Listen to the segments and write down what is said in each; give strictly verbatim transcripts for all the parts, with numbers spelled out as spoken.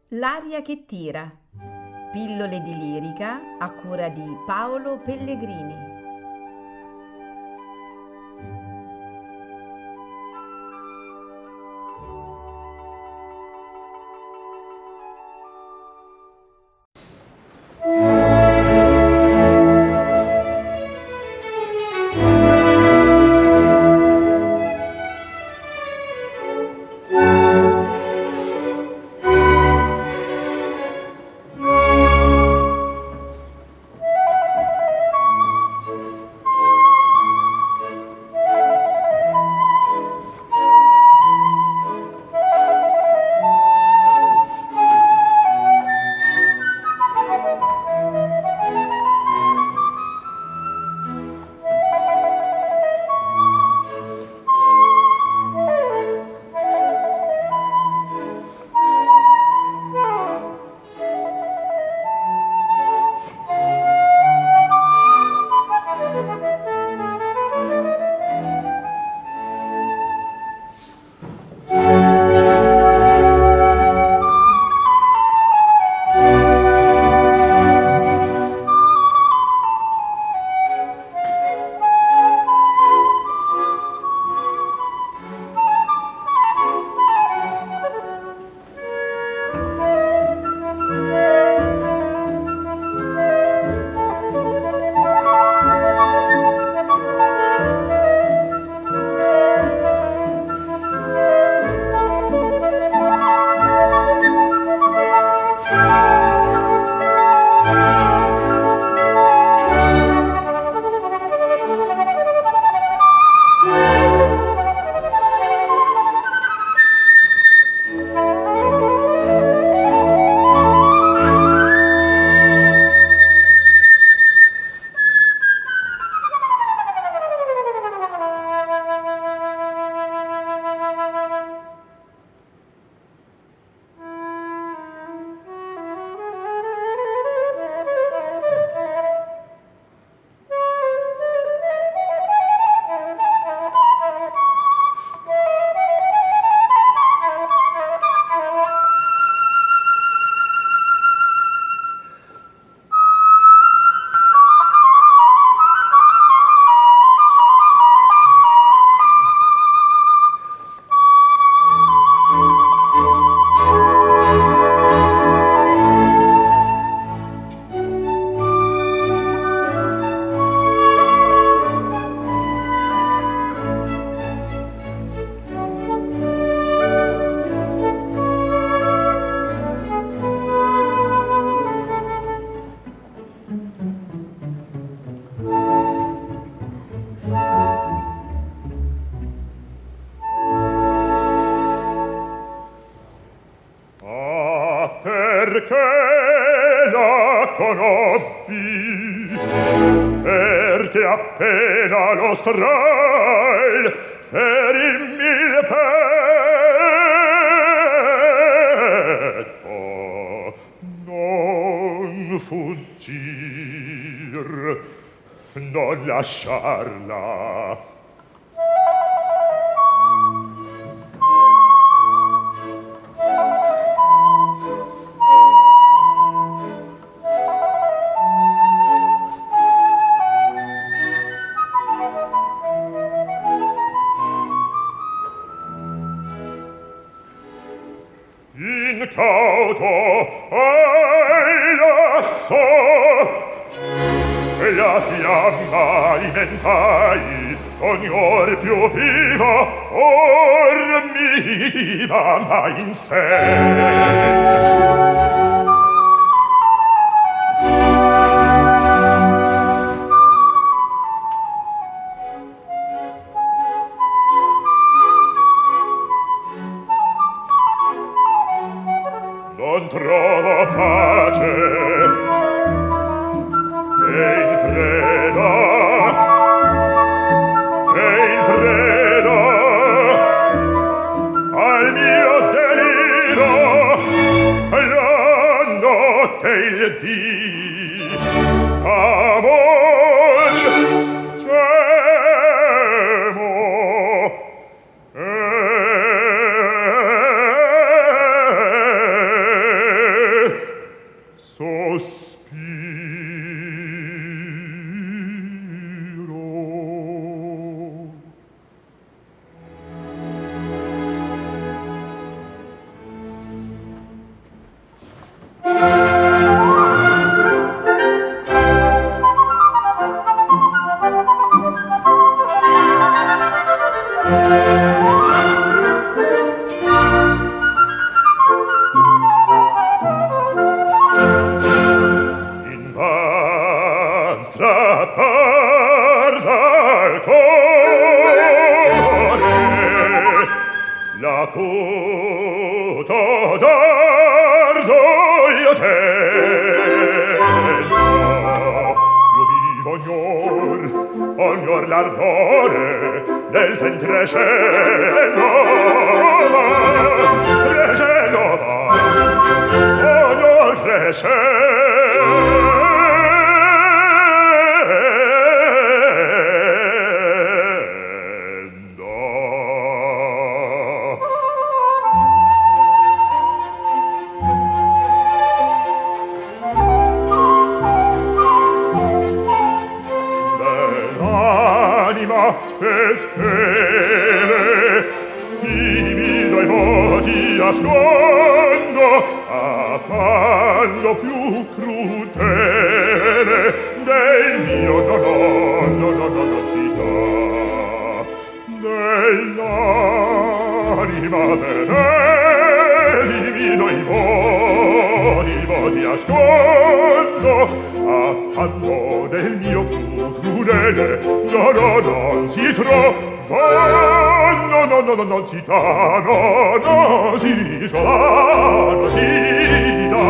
L'aria che tira. Pillole di lirica a cura di Paolo Pellegrini. Perché appena lo stral ferimmi il petto, non fuggir, non lasciarla. Incauto, ai lassò, la fiamma alimentai, ogni or più viva, or mi viva ma in sé. Non trovo pace e in preda e in preda al mio delirio la notte e il dì amor gemo e l'ardore del sen crescendo crescendo va ogni crescendo fedele, timido e voti ascondo, affanno più crudele del mio no no no no no no si dà dell'anima fedele, timido e voti voti ascondo, affanno del mio più crudele no no non si trova no no no no non si dà no no si trova no si dà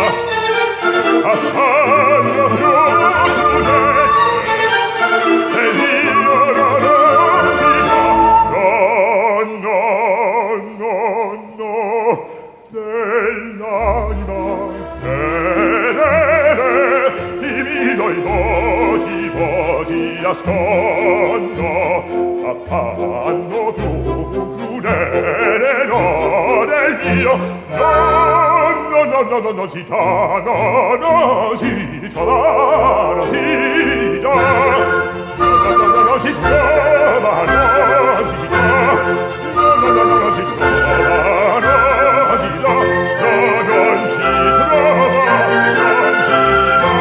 affanno più crudele del mio no non si dà no no no no dell'anima fedele timido i voti voti ascondo affanno più crudele no del mio no no no no no no si dà no no si trova no si dà no no no no no si trova no si dà no no no no no si trova no si dà no non si trova non si dà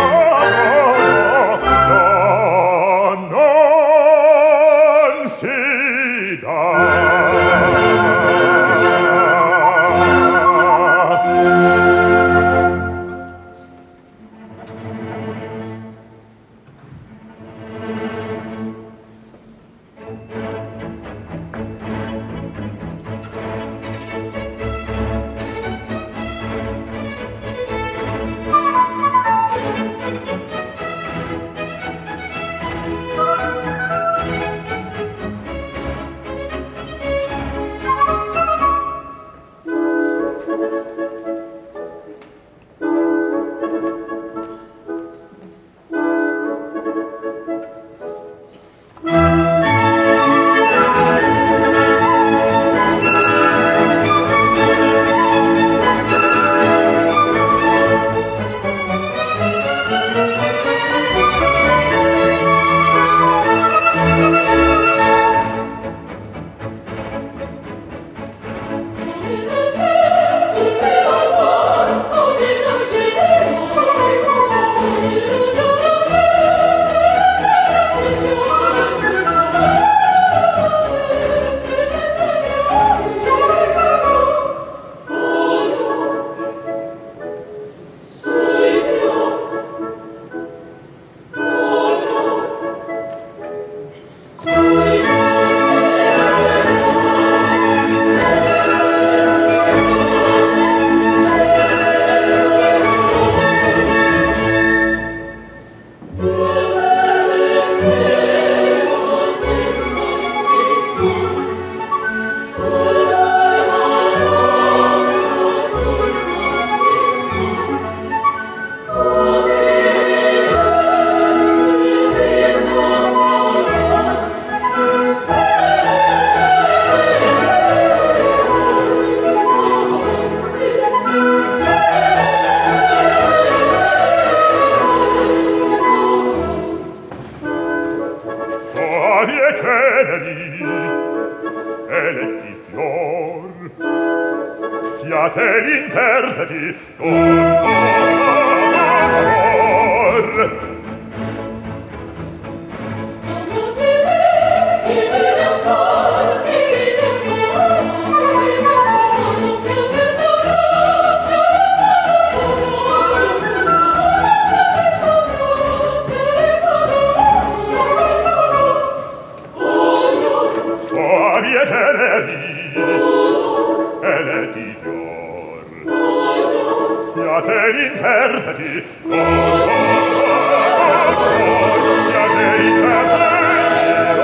siate gli interpreti d'onor. Siate gli interpreti d'onor, siate gli interpreti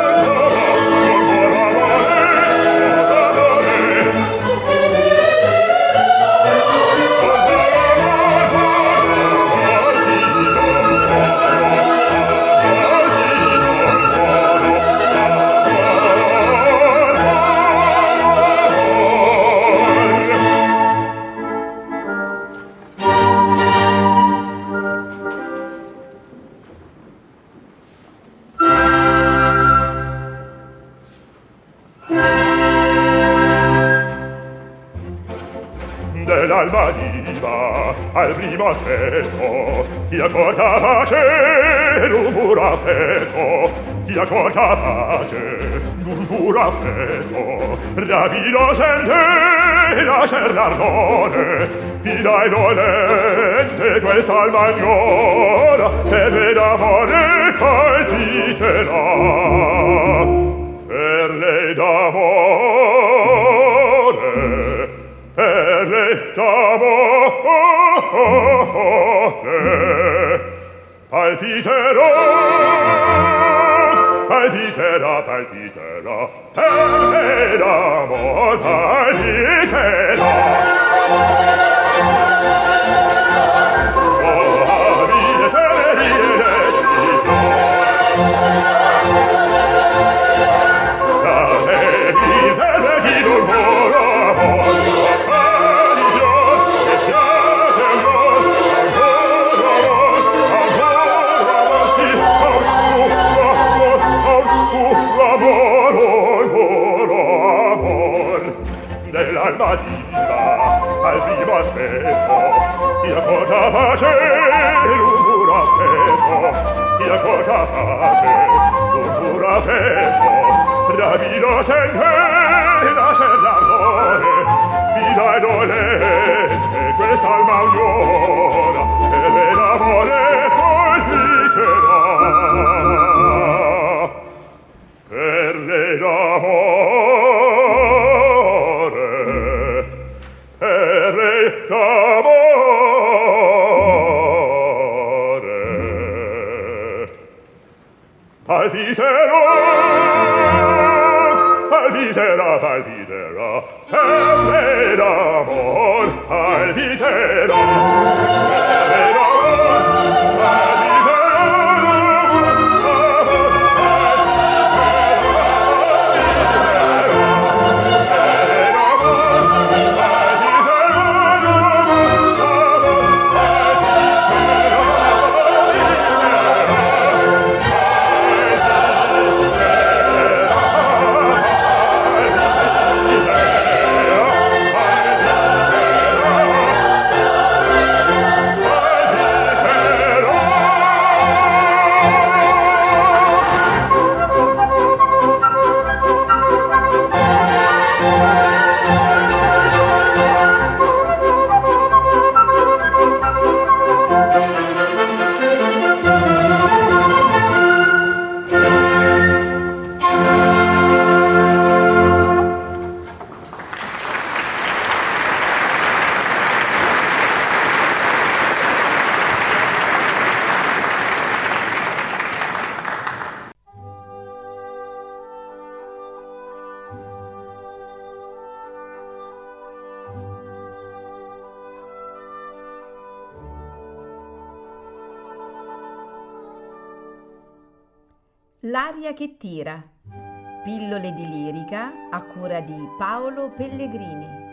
al primo aspetto, chi accorda pace d'un puro affetto, chi accorda pace d'un puro affetto, rapido sente lascer l'ardore, fida e dolente questa almagnola, per le d'amore palpiterà, per le d'amore, per le d'amore, palpiterà, palpiterà, palpiterà, per le d'amore, palpiterà. Soavide ferie di fior, sapevi verdi d'un puro amor, apparigion, e siate un giorno, ancora amor, ancora amor, sì, ancora amor, ancora amor, ancora amor, dell'alma diva, al primo aspetto, chi accorda pace d'un puro affetto, chi accorda pace d'un puro affetto, rapido sente lascer l'ardore, fida e dolente questa alma uniona, e l'amore palpiterà, per le d'amore, per le d'amore, palpiterà, palpiterà, palpiterà, per le d'amor, palpiterà, per le d'amor, palpiterà, amor, L'aria che tira. Pillole di lirica a cura di Paolo Pellegrini.